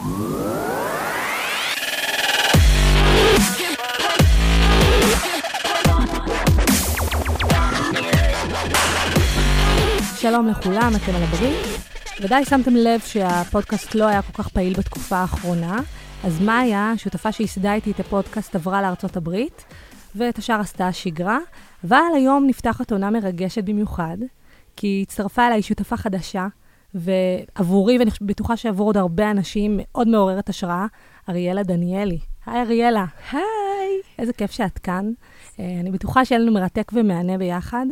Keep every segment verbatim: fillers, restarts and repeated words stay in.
שלום לכולם, אתם על הברית. ודאי שמתם לב שהפודקאסט לא היה כל כך פעיל בתקופה האחרונה, אז מאיה, שותפה שהסדה איתי את הפודקאסט, עברה לארצות הברית, ואת השאר עשתה השגרה, אבל היום נפתחת עונה מרגשת במיוחד, כי הצטרפה אליי שותפה חדשה, ועבורי, ואני בטוחה שעבור עוד הרבה אנשים, מאוד מעוררת השראה, אריאלה דניאלי. היי אריאלה. היי. איזה כיף שאת כאן. אני בטוחה שיהיה לנו מרתק ומענה ביחד.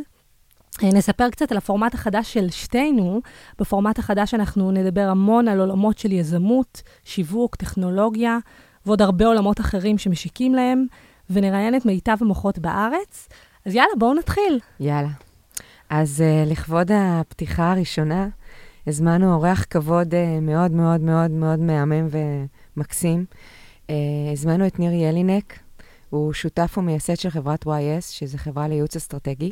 נספר קצת על הפורמט החדש של שתינו. בפורמט החדש אנחנו נדבר המון על עולמות של יזמות, שיווק, טכנולוגיה, ועוד הרבה עולמות אחרים שמשיקים להם, ונראיין את מיטב המוחות בארץ. אז יאללה, בואו נתחיל. יאללה. אז uh, לכבוד הפתיחה הראשונה, הזמנו אורח כבוד uh, מאוד מאוד מאוד מאוד מהמם ומקסים. Uh, הזמנו את ניר ילינק, הוא שותף ומייסד של חברת וואי אס, שזו חברה לייעוץ אסטרטגי.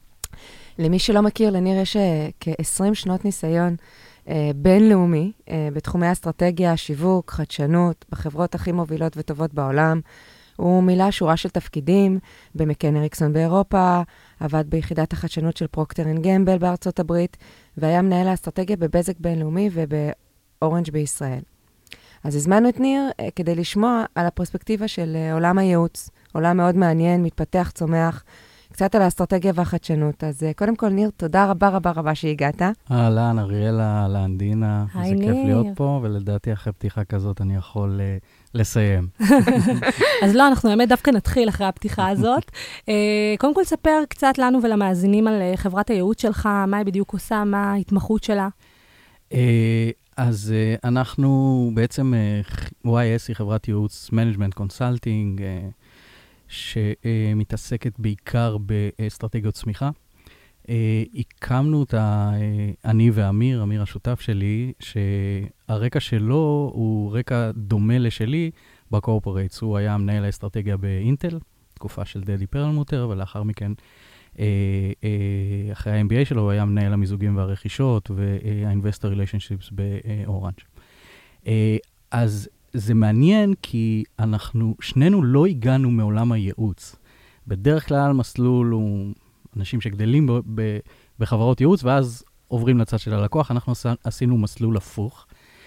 למי שלא מכיר, לניר יש כ-עשרים שנות ניסיון אה, בינלאומי אה, בתחומי אסטרטגיה, שיווק, חדשנות, בחברות הכי מובילות וטובות בעולם. הוא מילא שורה של תפקידים במקן אריקסון באירופה, עבד ביחידת החדשנות של פרוקטר אנד גמבל בארצות הברית, והיה מנהל האסטרטגיה בבזק בינלאומי ובאורנג' בישראל. אז הזמנו את ניר אה, כדי לשמוע על הפרספקטיבה של אה, עולם הייעוץ, עולם מאוד מעניין, מתפתח, צומח, קצת על האסטרטגיה והחדשנות. אז קודם כל, ניר, תודה רבה רבה רבה שהגעת. אהלן, אריאלה, אהלן, דינה. זה כיף להיות פה, ולדעתי אחרי פתיחה כזאת אני יכול uh, לסיים. אז לא, אנחנו באמת דווקא נתחיל אחרי הפתיחה הזאת. uh, קודם כל, ספר קצת לנו ולמאזינים על uh, חברת הייעוץ שלך, מה היא בדיוק עושה, מה ההתמחות שלה. Uh, אז uh, אנחנו בעצם, uh, וואי אס היא חברת ייעוץ מנג'מנט קונסלטינג, uh, שמתעסקת בעיקר באסטרטגיות צמיחה. הקמנו אותה, אני ואמיר, אמיר השותף שלי, שהרקע שלו הוא רקע דומה לשלי בקורפורייטס. הוא היה מנהל האסטרטגיה באינטל, תקופה של דדי פרלמוטר, ולאחר מכן, אחרי ה-אם בי איי שלו, הוא היה מנהל המיזוגים והרכישות וה-Investor Relationships באורנג'. אז זה מעניין כי אנחנו, שנינו לא הגענו מעולם הייעוץ. בדרך כלל מסלול הוא אנשים שגדלים ב, ב, בחברות ייעוץ, ואז עוברים לצד של הלקוח. אנחנו עשינו מסלול הפוך.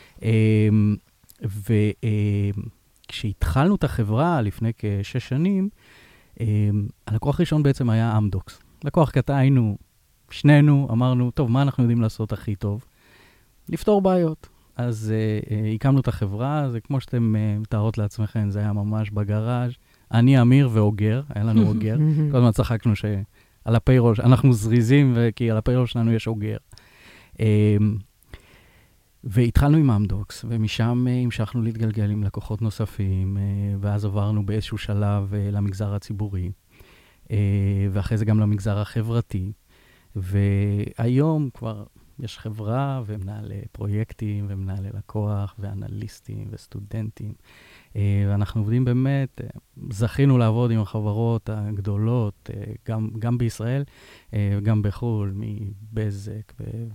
וכשהתחלנו את החברה לפני כשש שנים, הלקוח הראשון בעצם היה אמדוקס. לקוח קטע, היינו שנינו, אמרנו, טוב, מה אנחנו יודעים לעשות הכי טוב? לפתור בעיות. אז uh, uh, הקמנו את החברה, זה כמו שאתם uh, מתארות לעצמכם, זה היה ממש בגראז'. אני, אמיר ואוגר, היה לנו אוגר. כל הזמן צחקנו שעל הפיירול, אנחנו זריזים, כי על הפיירול שלנו יש אוגר. Um, והתחלנו עם אמדוקס, ומשם uh, המשכנו להתגלגל עם לקוחות נוספים, uh, ואז עברנו באיזשהו שלב uh, למגזר הציבורי, uh, ואחרי זה גם למגזר החברתי. והיום כבר יש חברה ומנהלי פרויקטים ומנהלי לקוח ואנליסטים וסטודנטים. ואנחנו עובדים באמת, זכינו לעבוד עם החברות הגדולות, גם, גם בישראל, גם בחול, מבזק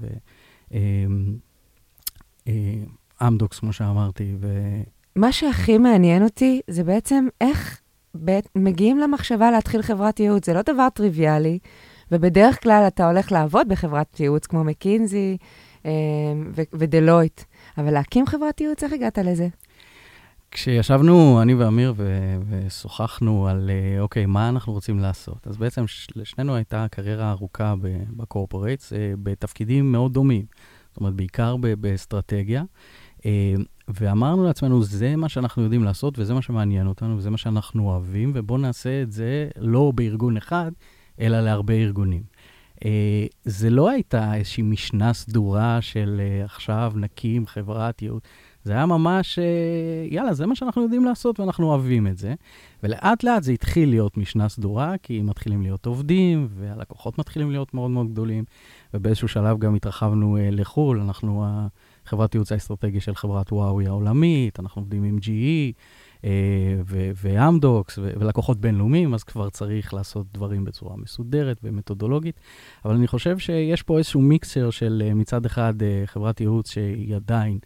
ואמדוקס, כמו שאמרתי. ו... מה שהכי מעניין אותי זה בעצם איך מגיעים למחשבה להתחיל חברת ייעוץ. זה לא דבר טריוויאלי. ובדרך כלל אתה הולך לעבוד בחברת ייעוץ כמו מקינזי אה, ו- ודלויט. אבל להקים חברת ייעוץ, איך הגעת לזה? כשישבנו, אני ואמיר, ו- ושוחחנו על, אה, אוקיי, מה אנחנו רוצים לעשות? אז בעצם לשנינו הייתה קריירה ארוכה בקורפורייטס, אה, בתפקידים מאוד דומים. זאת אומרת, בעיקר ב- באסטרטגיה. אה, ואמרנו לעצמנו, זה מה שאנחנו יודעים לעשות, וזה מה שמעניין אותנו, וזה מה שאנחנו אוהבים, ובואו נעשה את זה לא בארגון אחד, אלא להרבה ארגונים. אה, זה לא הייתה איזושהי משנה סדורה של אה, עכשיו נקים חברת ייעוץ. זה היה ממש, אה, יאללה, זה מה שאנחנו יודעים לעשות ואנחנו אוהבים את זה. ולאט לאט זה התחיל להיות משנה סדורה, כי מתחילים להיות עובדים, והלקוחות מתחילים להיות מאוד מאוד גדולים, ובאיזשהו שלב גם התרחבנו אה, לחול. אנחנו חברת ייעוץ האסטרטגי של חברת וואוי העולמית, אנחנו עובדים עם ג'י אי, ואמדוקס ולקוחות בינלאומיים, אז כבר צריך לעשות דברים בצורה מסודרת ומתודולוגית. אבל אני חושב שיש פה איזשהו מיקסר של מצד אחד חברת ייעוץ שהיא עדיין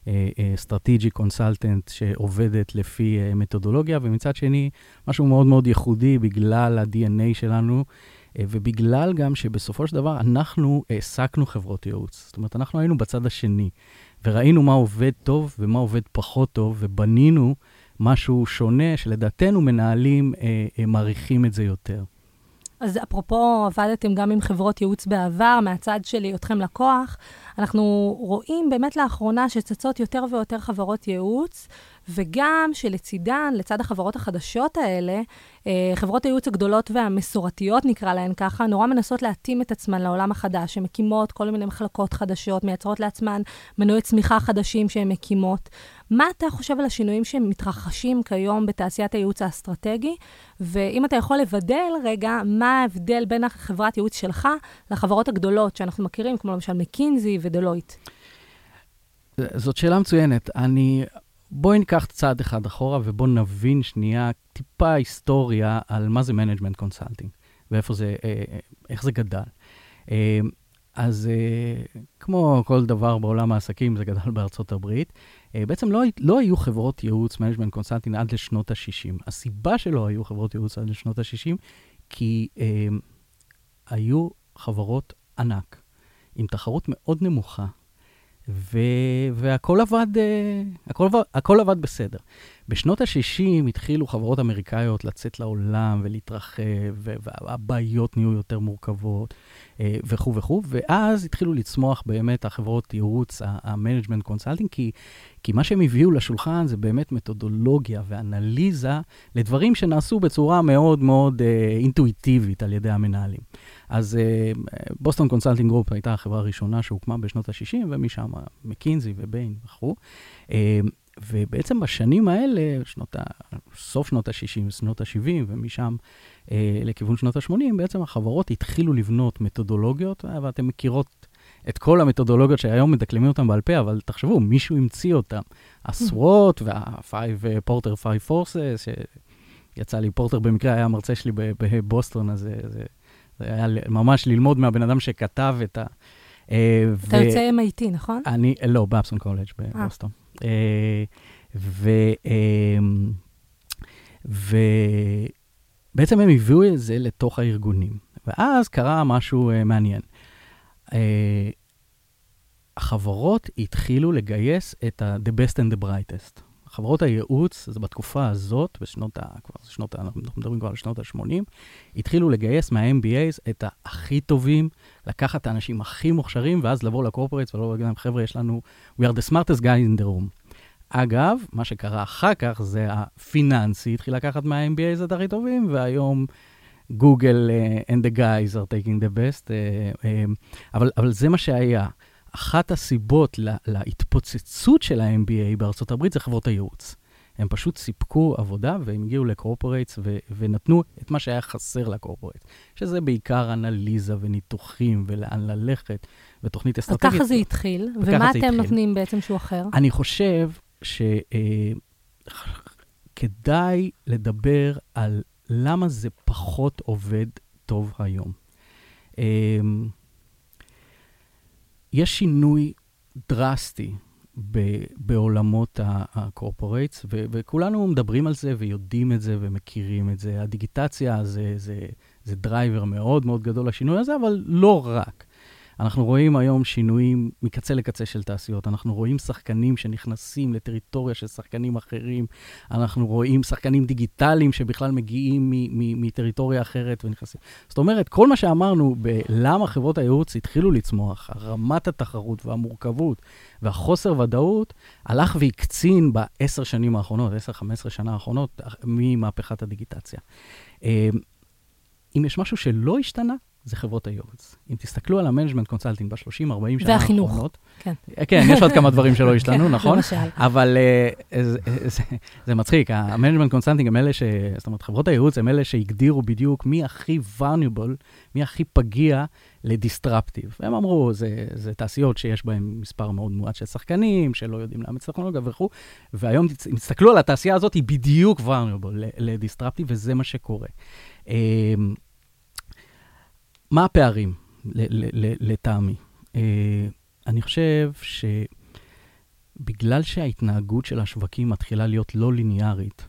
סטרטג'י קונסלטנט שעובדת לפי uh, מתודולוגיה, ומצד שני, משהו מאוד מאוד ייחודי בגלל ה-די אן איי שלנו, uh, ובגלל גם שבסופו של דבר אנחנו העסקנו חברות ייעוץ. זאת אומרת, אנחנו היינו בצד השני, וראינו מה עובד טוב ומה עובד פחות טוב, ובנינו משהו שונה שלדעתנו מנהלים uh, uh, מעריכים את זה יותר. אז אפרופו, עבדתם גם עם חברות ייעוץ בעבר, מהצד שלי, אתכם לקוח, אנחנו רואים באמת לאחרונה שצצות יותר ויותר חברות ייעוץ, וגם שלצידן, לצד החברות החדשות האלה, חברות הייעוץ הגדולות והמסורתיות, נקרא להן ככה, נורא מנסות להתאים את עצמן לעולם החדש, שהן מקימות כל מיני מחלקות חדשות, מייצרות לעצמן מנועי צמיחה חדשים שהן מקימות. מה אתה חושב על השינויים שמתרחשים כיום בתעשיית הייעוץ האסטרטגי? ואם אתה יכול לבדל רגע, מה ההבדל בין החברת ייעוץ שלך לחברות הגדולות שאנחנו מכירים, כמו למשל מקינזי ודלויט? זאת שאלה מצוינת. אני... בואי ניקח צעד אחד אחורה ובואו נבין שנייה טיפה היסטוריה על מה זה מנג'מנט קונסלטינג ואיפה זה, איך זה גדל. אז כמו כל דבר בעולם העסקים, זה גדל בארצות הברית. בעצם לא, לא היו חברות ייעוץ מנג'מנט קונסלטינג עד לשנות ה-שישים. הסיבה שלא היו חברות ייעוץ עד לשנות ה-שישים, כי היו חברות ענק עם תחרות מאוד נמוכה. ו... והכל עבד, הכל, הכל עבד בסדר. בשנות ה-שישים התחילו חברות אמריקאיות לצאת לעולם ולהתרחב, והבעיות נהיו יותר מורכבות, וכו' וכו', ואז התחילו לצמוח באמת החברות ייעוץ, המנג'מנט קונסלטינג, כי, כי מה שהם הביאו לשולחן זה באמת מתודולוגיה ואנליזה לדברים שנעשו בצורה מאוד מאוד אינטואיטיבית על ידי המנהלים. אז בוסטון קונסלטינג גרופ הייתה החברה הראשונה שהוקמה בשנות ה-שישים, ומשם מקינזי וביין וכו'. ובעצם בשנים האלה, שנות ה... סוף שנות ה-שישים, שנות ה-שבעים, ומשם אה, לכיוון שנות ה-שמונים, בעצם החברות התחילו לבנות מתודולוגיות, ואתם מכירות את כל המתודולוגיות שהיום מדקלמים אותם בעל פה, אבל תחשבו, מישהו המציא אותם. הסוואט וה-five פורטר five forces, שיצא לי, פורטר במקרה היה המרצה שלי בבוסטון, אז זה, זה, זה היה ממש ללמוד מהבן אדם שכתב את ה... אתה יוצא אם איי טי, נכון? אני, לא, באפסון קולג' בבוסטון. ובעצם הם הביאו את זה לתוך הארגונים. ואז קרה משהו מעניין. החברות התחילו לגייס את ה-the best and the brightest. חברות הייעוץ, זה בתקופה הזאת, בשנות ה... כבר שנות ה... אנחנו מדברים כבר על שנות ה-שמונים, התחילו לגייס מה-אם בי איז את הכי טובים, לקחת את האנשים הכי מוכשרים, ואז לבוא לקורפורטס ולא להגיד להם, חבר'ה, יש לנו, we are the smartest guy in the room. אגב, מה שקרה אחר כך זה הפיננסי, התחיל לקחת מה-אם בי איז את הכי טובים, והיום גוגל uh, and the guys are taking the best, uh, uh, אבל, אבל זה מה שהיה. אחת הסיבות לה, להתפוצצות של ה-אם בי איי בארצות הברית זה חברות הייעוץ. הם פשוט סיפקו עבודה והם הגיעו לקורפורייטס ו- ונתנו את מה שהיה חסר לקורפורייטס, שזה בעיקר אנליזה וניתוחים ולאן ללכת ותוכנית אסטרטגית. אז ככה זה התחיל, ומה אתם התחיל. נותנים בעצם שהוא אחר? אני חושב שכדאי לדבר על למה זה פחות עובד טוב היום. יש שינוי דרסטי ב- בעולמות הקורפורייטס, ו- וכולנו מדברים על זה ויודעים את זה ומכירים את זה. הדיגיטציה זה, זה, זה דרייבר מאוד מאוד גדול לשינוי הזה, אבל לא רק. אנחנו רואים היום שינויים מקצה לקצה של תעשיות, אנחנו רואים שחקנים שנכנסים לטריטוריה של שחקנים אחרים, אנחנו רואים שחקנים דיגיטליים שבכלל מגיעים מטריטוריה אחרת ונכנסים. זאת אומרת, כל מה שאמרנו בלמה חברות הייעוץ התחילו לצמוח, רמת התחרות והמורכבות והחוסר ודאות, הלך והקצין בעשר שנים האחרונות, עשר חמש עשרה שנה האחרונות, ממהפכת הדיגיטציה. אם יש משהו שלא השתנה, זה חברות הייעוץ. אם תסתכלו על המנג'מנט קונסלטינג ב-שלושים ארבעים שנה האחרונות... והחינוך, כן. כן, יש עוד כמה דברים שלא השתנו, נכון? למשל. אבל זה מצחיק, המנג'מנט קונסלטינג הם אלה ש... זאת אומרת, חברות הייעוץ הם אלה שהגדירו בדיוק מי הכי vulnerable, מי הכי פגיע לדיסטרפטיב. והם אמרו, זה תעשיות שיש בהן מספר מאוד מועט של שחקנים, שלא יודעים לאמץ טכנולוגיה וכו', והיום אם תסתכלו על התעשייה הזאת, היא בדיוק vulnerable לדיסטרפטיב, וזה מה שקורה. מה הפערים לטעמי? אני חושב בגלל שההתנהגות של השווקים מתחילה להיות לא ליניארית,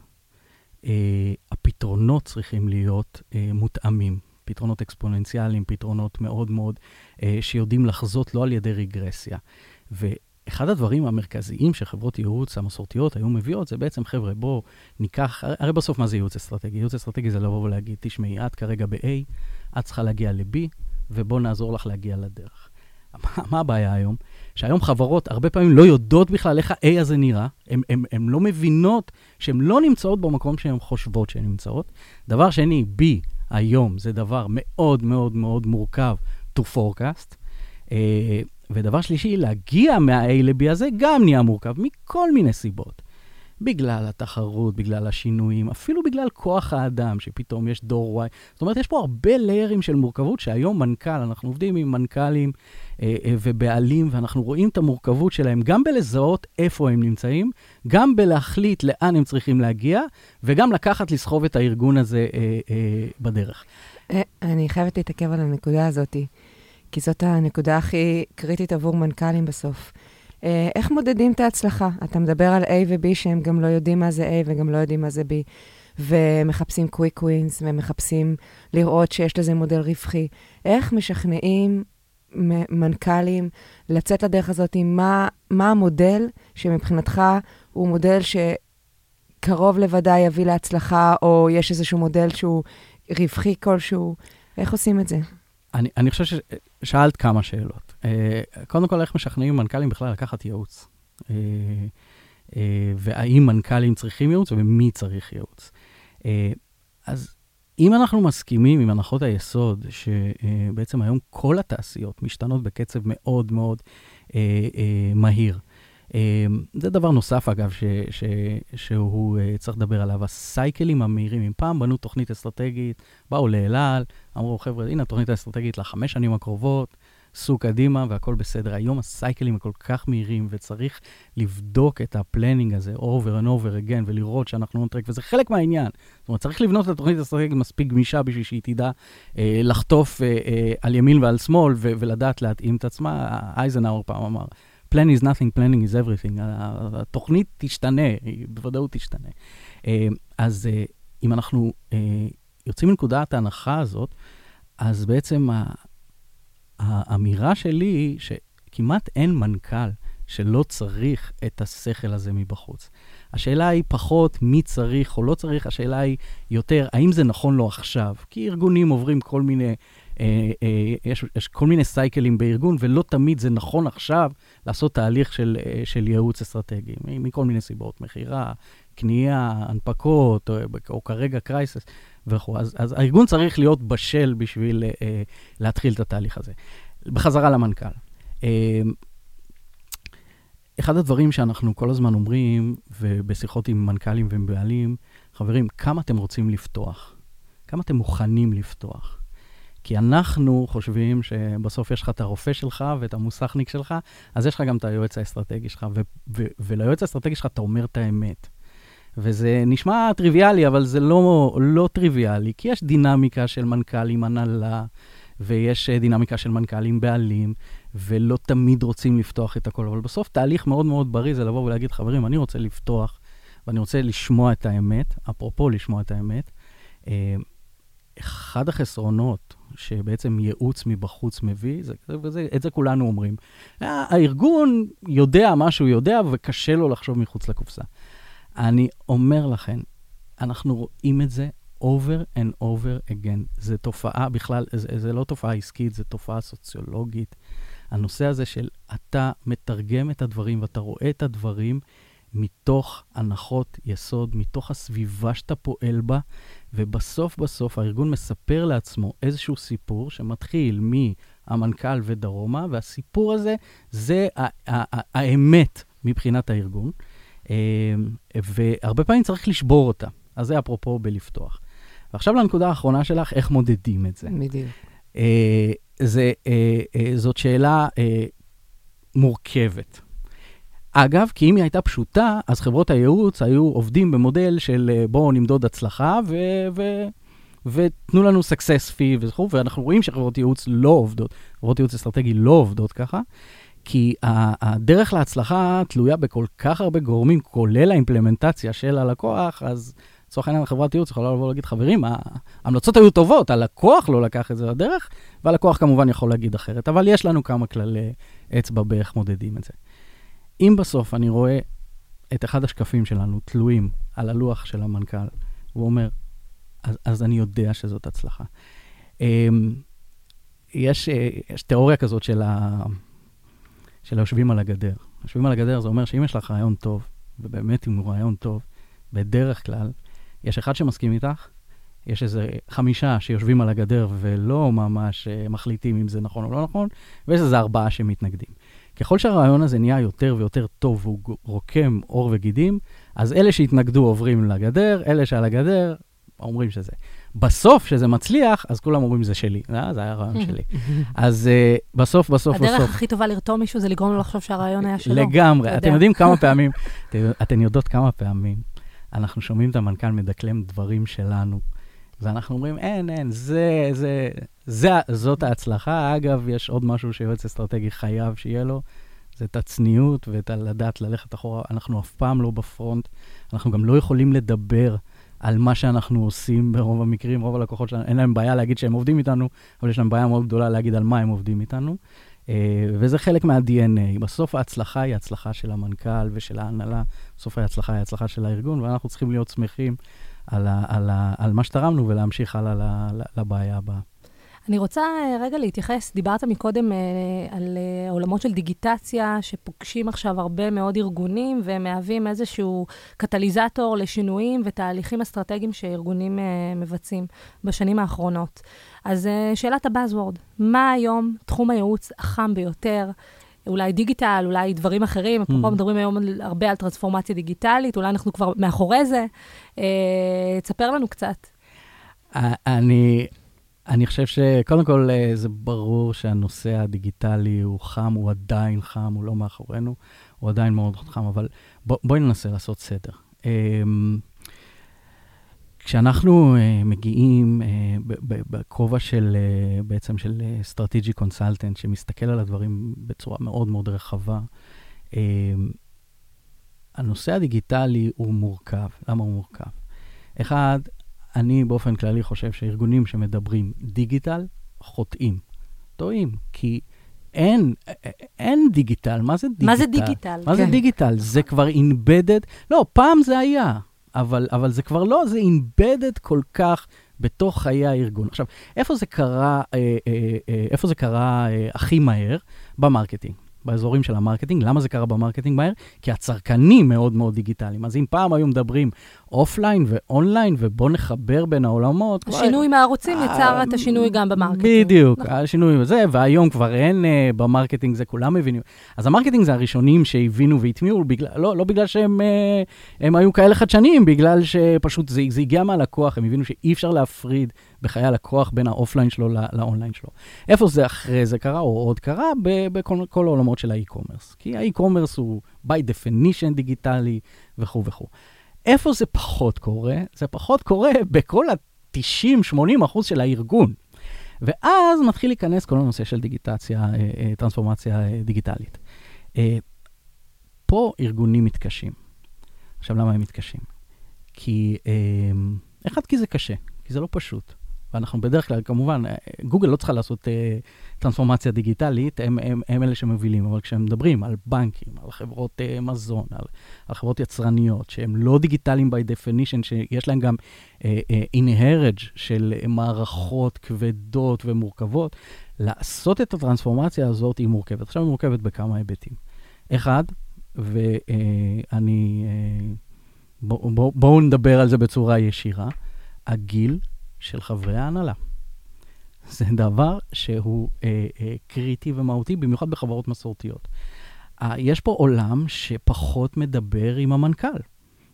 אה, הפתרונות צריכים להיות אה, מותאמים. פתרונות אקספוננציאליים, פתרונות מאוד מאוד אה, שיודעים לחזות לא על ידי רגרסיה. ואחד הדברים המרכזיים שחברות ייעוץ המסורתיות היו מביאות, זה בעצם, חבר'ה, בואו ניקח, הרי בסוף מה זה ייעוץ אסטרטגי? ייעוץ אסטרטגי זה לבוא ולהגיד, תשמעי, את כרגע ב-A, את צריכה להגיע ל-B, ובואו נעזור לך להגיע לדרך. מה, מה הבעיה היום? שהיום חברות הרבה פעמים לא יודעות בכלל איך ה-A הזה נראה, הן לא מבינות שהן לא נמצאות במקום שהן חושבות שהן נמצאות. דבר שני, B, היום זה דבר מאוד מאוד מאוד מורכב to forecast, אה, ודבר שלישי, להגיע מה-A ל-B הזה גם נהיה מורכב מכל מיני סיבות. בגלל התחרות, בגלל השינויים, אפילו בגלל כוח האדם, שפתאום יש דור Y. זאת אומרת, יש פה הרבה ליירים של מורכבות, שהיום מנכ"ל, אנחנו עובדים עם מנכ"לים אה, אה, ובעלים, ואנחנו רואים את המורכבות שלהם, גם בלזהות איפה הם נמצאים, גם בלהחליט לאן הם צריכים להגיע, וגם לקחת לסחוב את הארגון הזה אה, אה, בדרך. אני חייבת להתעכב על הנקודה הזאת, כי זאת הנקודה הכי קריטית עבור מנכ"לים בסוף. איך מודדים את ההצלחה? אתה מדבר על A ו-B שהם גם לא יודעים מה זה A וגם לא יודעים מה זה B, ומחפשים קוויק ווינס, ומחפשים לראות שיש לזה מודל רווחי. איך משכנעים מנכ"לים לצאת לדרך הזאת? מה, מה המודל שמבחינתך הוא מודל שקרוב לוודאי יביא להצלחה, או יש איזשהו מודל שהוא רווחי כלשהו? איך עושים את זה? אני, אני חושב ששאלת כמה שאלות. Uh, קודם כל, איך משכנעים מנכ"לים בכלל לקחת ייעוץ? Uh, uh, והאם מנכ"לים צריכים ייעוץ ומי צריך ייעוץ? Uh, אז אם אנחנו מסכימים עם הנחות היסוד, שבעצם uh, היום כל התעשיות משתנות בקצב מאוד מאוד uh, uh, מהיר, uh, זה דבר נוסף, אגב, ש, ש, שהוא uh, צריך לדבר עליו. הסייקלים המהירים, אם פעם בנו תוכנית אסטרטגית, באו לאלעל, אמרו, חבר'ה, הנה התוכנית האסטרטגית לחמש שנים הקרובות, סעו קדימה והכל בסדר. היום הסייקלים כל כך מהירים, וצריך לבדוק את הפלנינג הזה, over and over again, ולראות שאנחנו on track, וזה חלק מהעניין. זאת אומרת, צריך לבנות את התוכנית האסטרטגית מספיק גמישה, בשביל שהיא תדע אה, לחטוף אה, אה, על ימין ועל שמאל, ו- ולדעת להתאים את עצמה. אייזנהאואר פעם אמר, plan is nothing, planning is everything. התוכנית תשתנה, היא בוודאות תשתנה. אה, אז אה, אם אנחנו אה, יוצאים מנקודת ההנחה הזאת, אז בעצם האמירה שלי היא שכמעט אין מנכ"ל שלא צריך את השכל הזה מבחוץ. השאלה היא פחות מי צריך או לא צריך, השאלה היא יותר האם זה נכון לו עכשיו. כי ארגונים עוברים כל מיני, אה, אה, יש, יש כל מיני סייקלים בארגון, ולא תמיד זה נכון עכשיו לעשות תהליך של, אה, של ייעוץ אסטרטגי, מכל מיני סיבות, מחירה, קנייה, הנפקות, או, או כרגע קרייסס וכו'. אז, אז הארגון צריך להיות בשל בשביל אה, להתחיל את התהליך הזה. בחזרה למנכ"ל. אה, אחד הדברים שאנחנו כל הזמן אומרים, ובשיחות עם מנכ"לים ובעלים, חברים, כמה אתם רוצים לפתוח? כמה אתם מוכנים לפתוח? כי אנחנו חושבים שבסוף יש לך את הרופא שלך ואת המוסכניק שלך, אז יש לך גם את היועץ האסטרטגי שלך, ו- ו- וליועץ האסטרטגי שלך אתה אומר את האמת. וזה נשמע טריוויאלי, אבל זה לא, לא טריוויאלי, כי יש דינמיקה של מנכ"לים הנהלה, ויש דינמיקה של מנכ"לים בעלים, ולא תמיד רוצים לפתוח את הכל. אבל בסוף תהליך מאוד מאוד בריא זה לבוא ולהגיד, חברים, אני רוצה לפתוח, ואני רוצה לשמוע את האמת, אפרופו לשמוע את האמת. אחד החסרונות שבעצם ייעוץ מבחוץ מביא, זה, וזה, את זה כולנו אומרים. הארגון יודע מה שהוא יודע, וקשה לו לחשוב מחוץ לקופסה. אני אומר לכם, אנחנו רואים את זה over and over again. זה תופעה בכלל, זה, זה לא תופעה עסקית, זה תופעה סוציולוגית. הנושא הזה של אתה מתרגם את הדברים, ואתה רואה את הדברים מתוך הנחות יסוד, מתוך הסביבה שאתה פועל בה, ובסוף בסוף הארגון מספר לעצמו איזשהו סיפור שמתחיל מהמנכ"ל ודרומה, והסיפור הזה זה האמת מבחינת הארגון. והרבה פעמים צריך לשבור אותה. אז זה אפרופו בלפתוח. ועכשיו לנקודה האחרונה שלך, איך מודדים את זה? בדיוק. זה, זאת שאלה מורכבת. אגב, כי אם היא הייתה פשוטה, אז חברות הייעוץ היו עובדים במודל של בואו נמדוד הצלחה, ו... ו... ותנו לנו success fee וכו', ואנחנו רואים שחברות ייעוץ לא עובדות, חברות ייעוץ אסטרטגי לא עובדות ככה, כי הדרך להצלחה תלויה בכל כך הרבה גורמים, כולל האימפלמנטציה של הלקוח, אז לצורך העניין החברת ייעוץ יכולה לבוא להגיד, חברים, ההמלצות היו טובות, הלקוח לא לקח את זה לדרך, והלקוח כמובן יכול להגיד אחרת, אבל יש לנו כמה כללי אצבע באיך מודדים את זה. אם בסוף אני רואה את אחד השקפים שלנו תלויים על הלוח של המנכ"ל, הוא אומר, אז, אז אני יודע שזאת הצלחה. יש, יש תיאוריה כזאת של, ה, של היושבים על הגדר. היושבים על הגדר זה אומר שאם יש לך רעיון טוב, ובאמת אם הוא רעיון טוב, בדרך כלל, יש אחד שמסכים איתך, יש איזה חמישה שיושבים על הגדר ולא ממש מחליטים אם זה נכון או לא נכון, ויש איזה ארבעה שמתנגדים. ככל שהרעיון הזה נהיה יותר ויותר טוב והוא רוקם אור וגידים, אז אלה שהתנגדו עוברים לגדר, אלה שעל הגדר אומרים שזה. בסוף, שזה מצליח, אז כולם אומרים זה שלי. זה היה הרעיון שלי. אז בסוף, בסוף, בסוף... הדרך הכי טובה לרתום מישהו זה לגרום לו לחשוב שהרעיון היה שלו. לגמרי. אתם יודעים כמה פעמים, אתן יודעות כמה פעמים, אנחנו שומעים את המנכ"ל מדקלם דברים שלנו, ואנחנו אומרים, אין, אין, זה, זה, זה, זאת ההצלחה. אגב, יש עוד משהו שיועץ אסטרטגי חייב שיהיה לו, זה את הצניעות ואת לדעת ללכת אחורה. אנחנו אף פעם לא בפרונט, אנחנו גם לא יכולים לדבר על מה שאנחנו עושים ברוב המקרים, רוב הלקוחות שלנו, אין להם בעיה להגיד שהם עובדים איתנו, אבל יש להם בעיה מאוד גדולה להגיד על מה הם עובדים איתנו, וזה חלק מה-די אן איי. בסוף ההצלחה היא הצלחה של המנכ"ל ושל ההנהלה, בסוף ההצלחה היא הצלחה של הארגון, ואנחנו צריכים להיות שמחים על, ה, על, ה, על מה שתרמנו ולהמשיך הלאה לבעיה הבאה. אני רוצה רגע להתייחס, דיברת מקודם על עולמות של דיגיטציה, שפוגשים עכשיו הרבה מאוד ארגונים, ומהווים איזשהו קטליזטור לשינויים ותהליכים אסטרטגיים שארגונים מבצעים בשנים האחרונות. אז שאלת הבאזוורד, מה היום תחום הייעוץ החם ביותר? אולי דיגיטל, אולי דברים אחרים, אנחנו פה מדברים היום הרבה על טרנספורמציה דיגיטלית, אולי אנחנו כבר מאחורי זה. תספר לנו קצת. אני... אני חושב שקודם כל זה ברור שהנושא הדיגיטלי הוא חם, הוא עדיין חם, הוא לא מאחורינו, הוא עדיין מאוד חם, אבל בוא, בואי ננסה לעשות סדר. כשאנחנו מגיעים בכובע של, בעצם של strategic consultant, שמסתכל על הדברים בצורה מאוד מאוד רחבה, הנושא הדיגיטלי הוא מורכב. למה הוא מורכב? אחד, אני באופן כללי חושב שארגונים שמדברים דיגיטל, חוטאים. טועים, כי אין, אין דיגיטל. מה זה דיגיטל? מה זה דיגיטל? מה זה דיגיטל? זה כבר embedded. לא, פעם זה היה, אבל, אבל זה כבר לא, זה embedded כל כך בתוך חיי הארגון. עכשיו, איפה זה קרה, איפה זה קרה הכי מהר? במרקטינג. באזורים של המרקטינג. למה זה קרה במרקטינג מהר? כי הצרכנים מאוד מאוד דיגיטליים. אז אם פעם היו מדברים אופליין ואונליין, ובוא נחבר בין העולמות... השינוי מהערוצים יצר את השינוי גם במרקטינג. בדיוק, השינוי הזה, והיום כבר אין במרקטינג, זה כולם מבינים. אז המרקטינג זה הראשונים שהבינו והתמיעו, לא, לא בגלל שהם הם היו כאלה חדשניים, בגלל שפשוט זה, זה הגיע מהלקוח, הם הבינו שאי אפשר להפריד בחיי הלקוח בין האופליין שלו לאונליין שלו. איפה זה אחרי זה קרה, או עוד קרה, בכל כל העולמות של האי-קומרס. כי האי-קומרס הוא by definition דיגיטלי וכו' וכו'. איפה זה פחות קורה? זה פחות קורה בכל ה-תשעים שמונים אחוז של הארגון. ואז מתחיל להיכנס כל הנושא של דיגיטציה, טרנספורמציה דיגיטלית. פה ארגונים מתקשים. עכשיו, למה הם מתקשים? כי, אחד, כי זה קשה, כי זה לא פשוט. ואנחנו בדרך כלל, כמובן, גוגל לא צריכה לעשות אה, טרנספורמציה דיגיטלית, הם, הם, הם אלה שמובילים, אבל כשהם מדברים על בנקים, על חברות אה, מזון, על, על חברות יצרניות, שהם לא דיגיטליים by definition, שיש להם גם אה, אה, inheritance של מערכות כבדות ומורכבות, לעשות את הטרנספורמציה הזאת היא מורכבת. עכשיו היא מורכבת בכמה היבטים. אחד, ואני, אה, בואו בוא, בוא נדבר על זה בצורה ישירה, הגיל, של חברי ההנהלה. זה דבר שהוא אה, אה, קריטי ומהותי, במיוחד בחברות מסורתיות. אה, יש פה עולם שפחות מדבר עם המנכ"ל,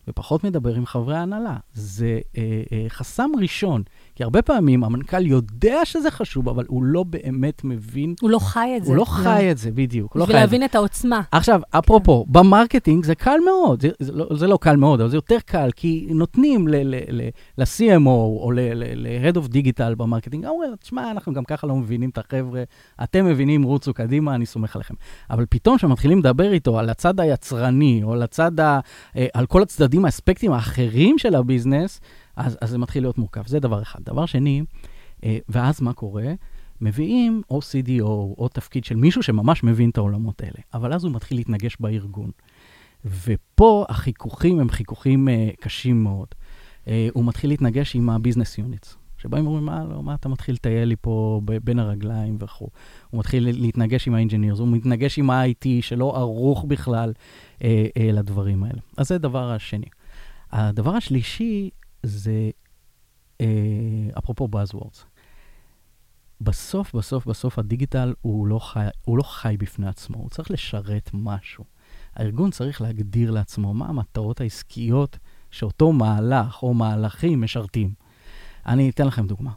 ופחות מדבר עם חברי ההנהלה. זה אה, אה, חסם ראשון, כי הרבה פעמים המנכ"ל יודע שזה חשוב, אבל הוא לא באמת מבין. הוא לא חי את זה. הוא לא חי את זה, בדיוק. בשביל להבין את העוצמה. עכשיו, אפרופו, במרקטינג זה קל מאוד, זה, לא, זה לא קל מאוד, אבל זה יותר קל, כי נותנים ל-סי אם או או ל-Head of Digital במרקטינג, אומרים, תשמע, אנחנו גם ככה לא מבינים את החבר'ה, אתם מבינים, רוצו קדימה, אני סומך עליכם. אבל פתאום שמתחילים לדבר איתו על הצד היצרני, או על הצד ה, על כל הצדדים, האספקטים האחרים של הביזנס, אז, אז זה מתחיל להיות מורכב. זה דבר אחד. דבר שני, ואז מה קורה? מביאים או סי די או או תפקיד של מישהו שממש מבין את העולמות האלה, אבל אז הוא מתחיל להתנגש בארגון. ופה החיכוכים הם חיכוכים uh, קשים מאוד. Uh, הוא מתחיל להתנגש עם הביזנס יוניטס, שבאים ואומרים, מה, לא, מה אתה מתחיל לטייל לי פה ב- בין הרגליים וכו'. הוא מתחיל להתנגש עם האינג'ינירס, הוא מתנגש עם ה-איי טי שלא ערוך בכלל uh, uh, לדברים האלה. אז זה הדבר השני. הדבר השלישי זה, uh, אפרופו Buzzwords, בסוף, בסוף, בסוף הדיגיטל הוא לא חי, הוא לא חי בפני עצמו, הוא צריך לשרת משהו. הארגון צריך להגדיר לעצמו מה המטרות העסקיות שאותו מהלך או מהלכים משרתים. אני אתן לכם דוגמה.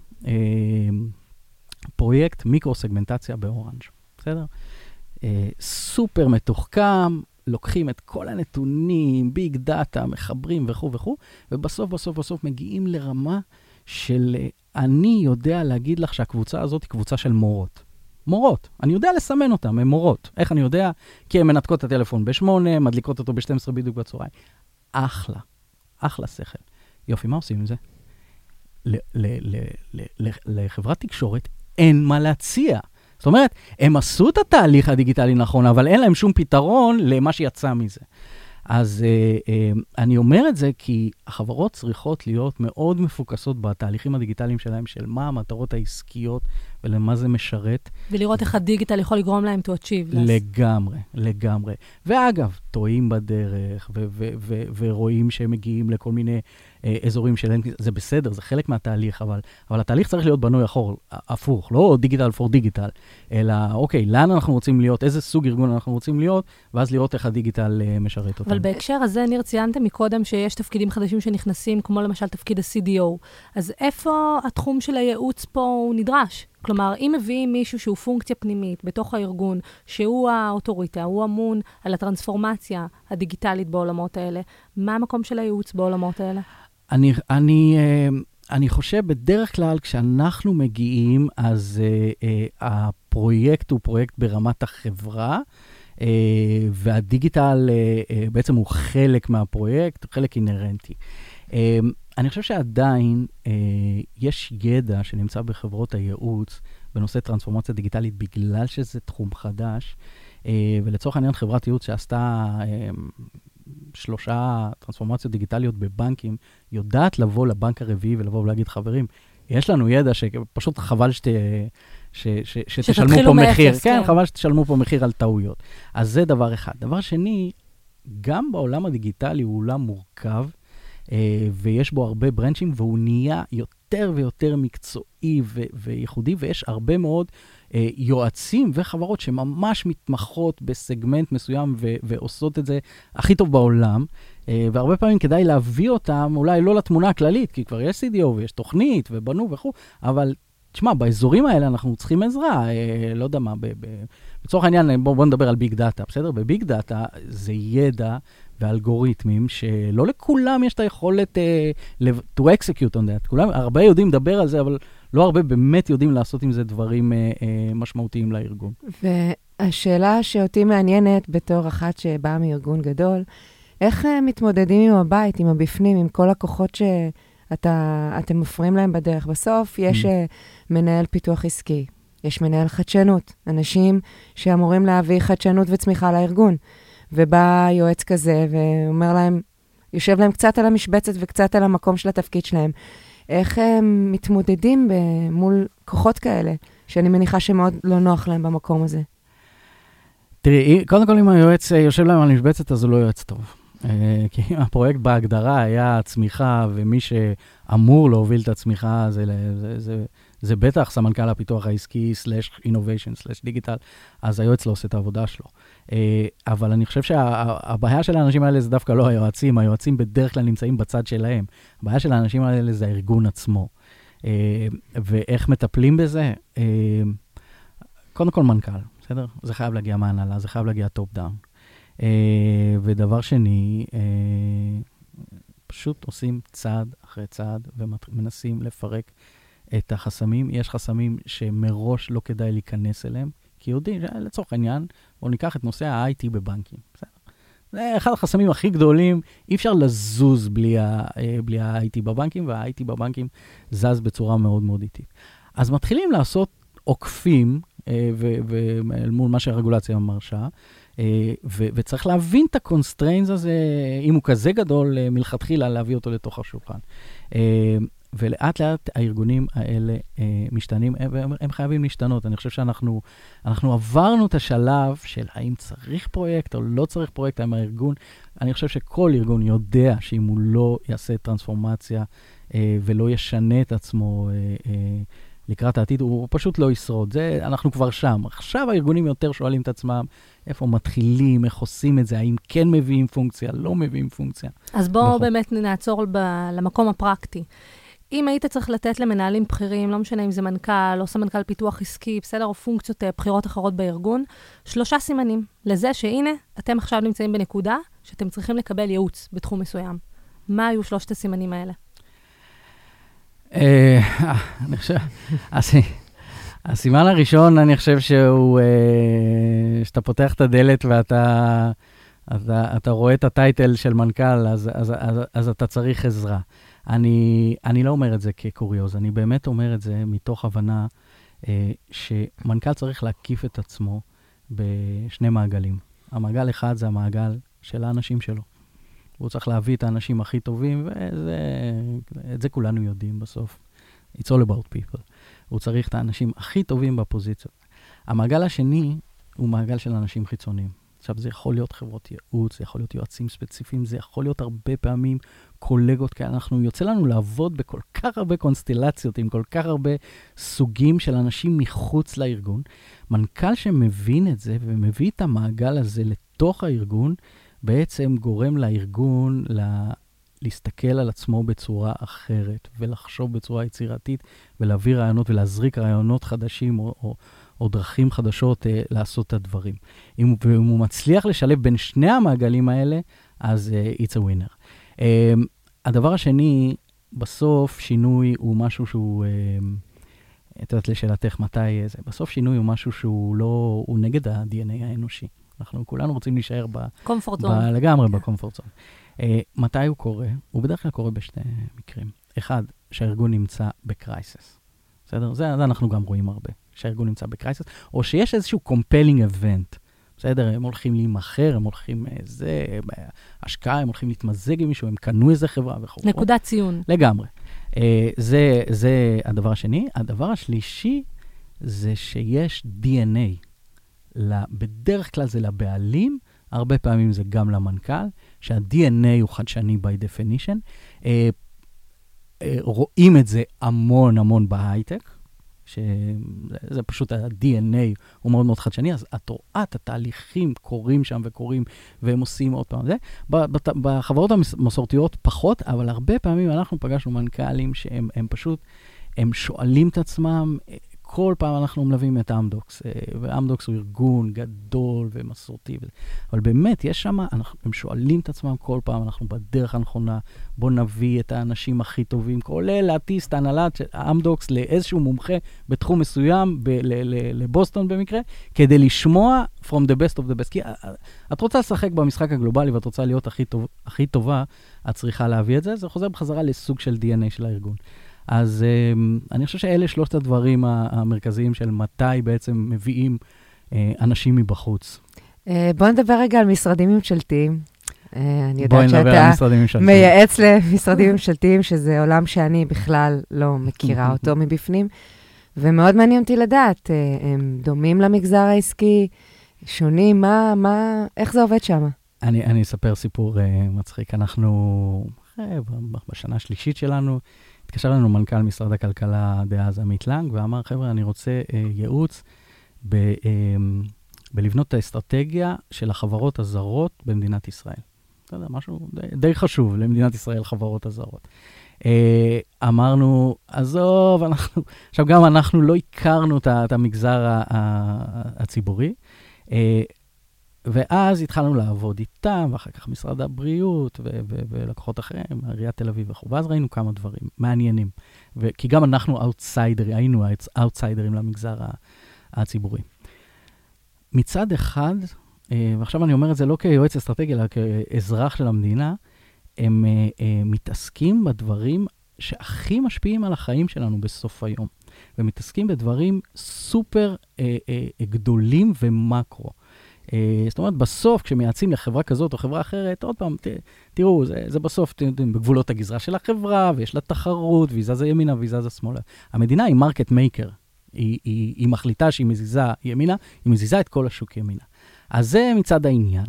פרויקט מיקרו-סגמנטציה באורנג', בסדר? סופר מתוחכם, לוקחים את כל הנתונים, ביג דאטה, מחברים וכו' וכו', ובסוף, בסוף, בסוף מגיעים לרמה של אני יודע להגיד לך שהקבוצה הזאת היא קבוצה של מורות. מורות. אני יודע לסמן אותם, הן מורות. איך אני יודע? כי הן מנתקות את הטלפון בשמונה, מדליקות אותו ב-שתים עשרה בדיוק בצהריים. אחלה. אחלה שכל. יופי, מה עושים עם זה? לחברת תקשורת אין מה להציע. זאת אומרת, הם עשו את התהליך הדיגיטלי נכון, אבל אין להם שום פתרון למה שיצא מזה. אז אה, אה, אני אומר את זה כי החברות צריכות להיות מאוד מפוקסות בתהליכים הדיגיטליים שלהם, של מה המטרות העסקיות ולמה זה משרת. ולראות איך הדיגיטל יכול לגרום להם to achieve. לגמרי, לגמרי. ואגב, טועים בדרך ו- ו- ו- ורואים שהם מגיעים לכל מיני אה, אזורים שלהם, זה בסדר, זה חלק מהתהליך, אבל, אבל התהליך צריך להיות בנוי אחור, הפוך, לא דיגיטל פור דיגיטל, אלא אוקיי, לאן אנחנו רוצים להיות, איזה סוג ארגון אנחנו רוצים להיות, ואז לראות איך הדיגיטל אה, משרת אותם. אבל בהקשר הזה, ניר, ציינתם מקודם שיש תפקידים חדשים שנכנסים, כמו למשל תפקיד ה-סי די או. אז איפה התחום של הייעוץ פה הוא נדרש? כלומר, אם מביאים מישהו שהוא פונקציה פנימית בתוך הארגון, שהוא האוטוריטה, הוא אמון על הטרנספורמציה הדיגיטלית בעולמות האלה, מה המקום של הייעוץ בעולמות האלה? אני, אני, אני חושב בדרך כלל כשאנחנו מגיעים, אז uh, uh, הפרויקט הוא פרויקט ברמת החברה, uh, והדיגיטל uh, uh, בעצם הוא חלק מהפרויקט, חלק אינרנטי. Uh, אני חושב שעדיין uh, יש ידע שנמצא בחברות הייעוץ בנושא טרנספורמציה דיגיטלית, בגלל שזה תחום חדש, uh, ולצורך העניין חברת ייעוץ שעשתה uh, שלושה טרנספורמציות דיגיטליות בבנקים, יודעת לבוא לבנק הרביעי ולבוא ולהגיד, חברים, יש לנו ידע שפשוט חבל שת, ש, ש, שתשלמו פה מחיר. מאפס, כן, כן, חבל שתשלמו פה מחיר על טעויות. אז זה דבר אחד. דבר שני, גם בעולם הדיגיטלי הוא עולם מורכב, אה, ויש בו הרבה ברנצ'ים, והוא נהיה יותר ויותר מקצועי ו- וייחודי, ויש הרבה מאוד אה, יועצים וחברות שממש מתמחות בסגמנט מסוים ו- ועושות את זה הכי טוב בעולם, אה, והרבה פעמים כדאי להביא אותם, אולי לא לתמונה הכללית, כי כבר יש סי די או ויש תוכנית ובנו וכו', אבל תשמע, באזורים האלה אנחנו צריכים עזרה, אה, לא יודע מה, ב- ב- בצורך העניין, בואו בוא נדבר על ביג דאטה, בסדר? בביג דאטה זה ידע ואלגוריתמים שלא לכולם יש את היכולת uh, to execute on that. כולם, הרבה יודעים לדבר על זה, אבל לא הרבה באמת יודעים לעשות עם זה דברים uh, uh, משמעותיים לארגון. והשאלה שאותי מעניינת בתור אחת שבאה מארגון גדול, איך uh, מתמודדים עם הבית, עם הבפנים, עם כל הכוחות שאתם מפרים להם בדרך? בסוף יש uh, מנהל פיתוח עסקי, יש מנהל חדשנות, אנשים שאמורים להביא חדשנות וצמיחה לארגון. ובא יועץ כזה ואומר להם, יושב להם קצת על המשבצת וקצת על המקום של התפקיד שלהם. איך הם מתמודדים מול כוחות כאלה, שאני מניחה שמאוד לא נוח להם במקום הזה? תראי, קודם כל אם היועץ יושב להם על המשבצת, אז הוא לא יועץ טוב. כי הפרויקט בהגדרה היה הצמיחה, ומי שאמור להוביל את הצמיחה, זה, זה, זה, זה בטח סמנכ"ל הפיתוח העסקי, סלש אינוביישן, סלש דיגיטל, אז היועץ לא עושה את העבודה שלו. אבל אני חושב שהבעיה של האנשים האלה זה דווקא לא היועצים, היועצים בדרך כלל נמצאים בצד שלהם. הבעיה של האנשים האלה זה הארגון עצמו. ואיך מטפלים בזה? קודם כל מנכ"ל, בסדר? זה חייב להגיע מהנהלה, זה חייב להגיע טופ דאון. ודבר שני, פשוט עושים צעד אחרי צעד ומנסים לפרק את החסמים. יש חסמים שמראש לא כדאי להיכנס אליהם, כי יודעים, לצורך העניין, בואו ניקח את נושא ה-איי טי בבנקים. בסדר? זה אחד החסמים הכי גדולים, אי אפשר לזוז בלי ה-איי טי בבנקים, וה-איי טי בבנקים זז בצורה מאוד מאוד איטית. אז מתחילים לעשות עוקפים, ואל מול מה שהרגולציה מרשה, וצריך להבין את הקונסטריינס הזה, אם הוא כזה גדול, מלכתחילה להביא אותו לתוך השולחן. ולאט לאט הארגונים האלה משתנים, הם חייבים להשתנות. אני חושב שאנחנו אנחנו עברנו את השלב של האם צריך פרויקט או לא צריך פרויקט עם הארגון. אני חושב שכל ארגון יודע שאם הוא לא יעשה טרנספורמציה ולא ישנה את עצמו לקראת העתיד, הוא פשוט לא ישרוד. זה, אנחנו כבר שם. עכשיו הארגונים יותר שואלים את עצמם, איפה מתחילים, איך עושים את זה, האם כן מביאים פונקציה, לא מביאים פונקציה. אז בואו באמת נעצור ב- למקום הפרקטי. אם היית צריך לתת למנהלים בכירים, לא משנה אם זה מנכ"ל או סמנכ"ל פיתוח עסקי, בסדר, או פונקציות בחירות אחרות בארגון, שלושה סימנים לזה שהנה, אתם עכשיו נמצאים בנקודה שאתם צריכים לקבל ייעוץ בתחום מסוים. מה היו שלושת הסימנים האלה? אני חושב, הסימן הראשון, אני חושב שהוא, שאתה פותח את הדלת ואתה אתה, אתה רואה את הטייטל של מנכ"ל, אז, אז, אז, אז אתה צריך עזרה. אני, אני לא אומר את זה כקוריוז, אני באמת אומר את זה מתוך הבנה שמנכ"ל צריך להקיף את עצמו בשני מעגלים. המעגל אחד זה המעגל של האנשים שלו. הוא צריך להביא את האנשים הכי טובים, ואת זה כולנו יודעים בסוף. It's all about people. הוא צריך את האנשים הכי טובים בפוזיציות. המעגל השני הוא מעגל של אנשים חיצוניים. עכשיו, זה יכול להיות חברות ייעוץ, זה יכול להיות יועצים ספציפיים, זה יכול להיות הרבה פעמים קולגות כאלה. אנחנו יוצא לנו לעבוד בכל כך הרבה קונסטלציות, עם כל כך הרבה סוגים של אנשים מחוץ לארגון. מנכ"ל שמבין את זה ומביא את המעגל הזה לתוך הארגון, בעצם גורם לארגון לה... להסתכל על עצמו בצורה אחרת, ולחשוב בצורה יצירתית, ולהביא רעיונות ולהזריק רעיונות חדשים, או, או, או דרכים חדשות אה, לעשות את הדברים. אם, אם הוא מצליח לשלב בין שני המעגלים האלה, אז אה, it's a winner. אה, הדבר השני, בסוף שינוי הוא משהו שהוא, אה, את יודעת לשאלתך מתי זה, בסוף שינוי הוא משהו שהוא לא, הוא נגד ה-די אן איי האנושי. אנחנו כולנו רוצים להישאר ב... קומפורט זון. לגמרי בקומפורט זון. Uh, מתי הוא קורה? הוא בדרך כלל קורה בשני מקרים. אחד, שהארגון נמצא בקרייסס. בסדר? זה, זה אנחנו גם רואים הרבה. שהארגון נמצא בקרייסס, או שיש איזשהו compelling event. בסדר? הם הולכים להימחר, הם הולכים איזה השקעה, הם הולכים להתמזג עם מישהו, הם קנו איזה חברה וכו'. נקודת ציון. לגמרי. Uh, זה, זה הדבר השני. הדבר השלישי, זה שיש די אן איי. בדרך כלל זה לבעלים, הרבה פעמים זה גם למנכ"ל, שה-די אן איי הוא חדשני by definition. אה, אה, רואים את זה המון המון בהייטק, שזה פשוט ה-די אן איי הוא מאוד מאוד חדשני, אז את רואה את התהליכים קורים שם וקורים, והם עושים עוד פעם זה. בחברות המסורתיות פחות, אבל הרבה פעמים אנחנו פגשנו מנכ"לים שהם הם פשוט, הם שואלים את עצמם, כל פעם אנחנו מלווים את אמדוקס, ואמדוקס הוא ארגון גדול ומסורתי, אבל באמת, יש שם, הם שואלים את עצמם כל פעם, אנחנו בדרך הנכונה, בוא נביא את האנשים הכי טובים, כולל להטיס את ההנהלת אמדוקס לאיזשהו מומחה בתחום מסוים, לבוסטון במקרה, כדי לשמוע from the best of the best. כי את רוצה לשחק במשחק הגלובלי, ואת רוצה להיות הכי, טוב, הכי טובה, את צריכה להביא את זה, זה חוזר בחזרה לסוג של די אן איי של הארגון. אז uh, אני חושב שאלה שלושת הדברים המרכזיים של מתי בעצם מביאים uh, אנשים מבחוץ. Uh, בוא נדבר רגע על משרדים ממשלתיים. Uh, אני יודעת שאתה מייעץ למשרדים ממשלתיים, שזה עולם שאני בכלל לא מכירה אותו מבפנים, ומאוד מעניין אותי לדעת, uh, הם דומים למגזר העסקי, שונים, מה, מה, איך זה עובד שם? אני, אני אספר סיפור uh, מצחיק. אנחנו כך, בשנה השלישית שלנו, התקשר לנו מנכ"ל משרד הכלכלה דאז עמית לנג, ואמר, חבר'ה, אני רוצה ייעוץ ב, בלבנות את האסטרטגיה של החברות הזרות במדינת ישראל. אתה יודע, משהו די, די חשוב למדינת ישראל, חברות הזרות. אמרנו, עזוב, אנחנו, עכשיו גם אנחנו לא הכרנו את המגזר הציבורי, ואז התחלנו לעבוד איתם, ואחר כך משרד הבריאות ולקוחות אחרים, עיריית תל אביב וכו', ואז ראינו כמה דברים מעניינים, כי גם אנחנו אאוטסיידרים, היינו אאוטסיידרים למגזר הציבורי. מצד אחד, ועכשיו אני אומר את זה לא כיועץ אסטרטגי, אלא כאזרח של המדינה, הם מתעסקים בדברים שהכי משפיעים על החיים שלנו בסוף היום, ומתעסקים בדברים סופר גדולים ומקרו. זאת אומרת, בסוף, כשמייעצים לחברה כזאת או חברה אחרת, עוד פעם, ת, תראו, זה, זה בסוף, תראו, בגבולות הגזרה של החברה, ויש לה תחרות, והיא זזה ימינה, והיא זזה שמאלה. המדינה היא מרקט מייקר. היא, היא, היא מחליטה שהיא מזיזה ימינה, היא מזיזה את כל השוק ימינה. אז זה מצד העניין.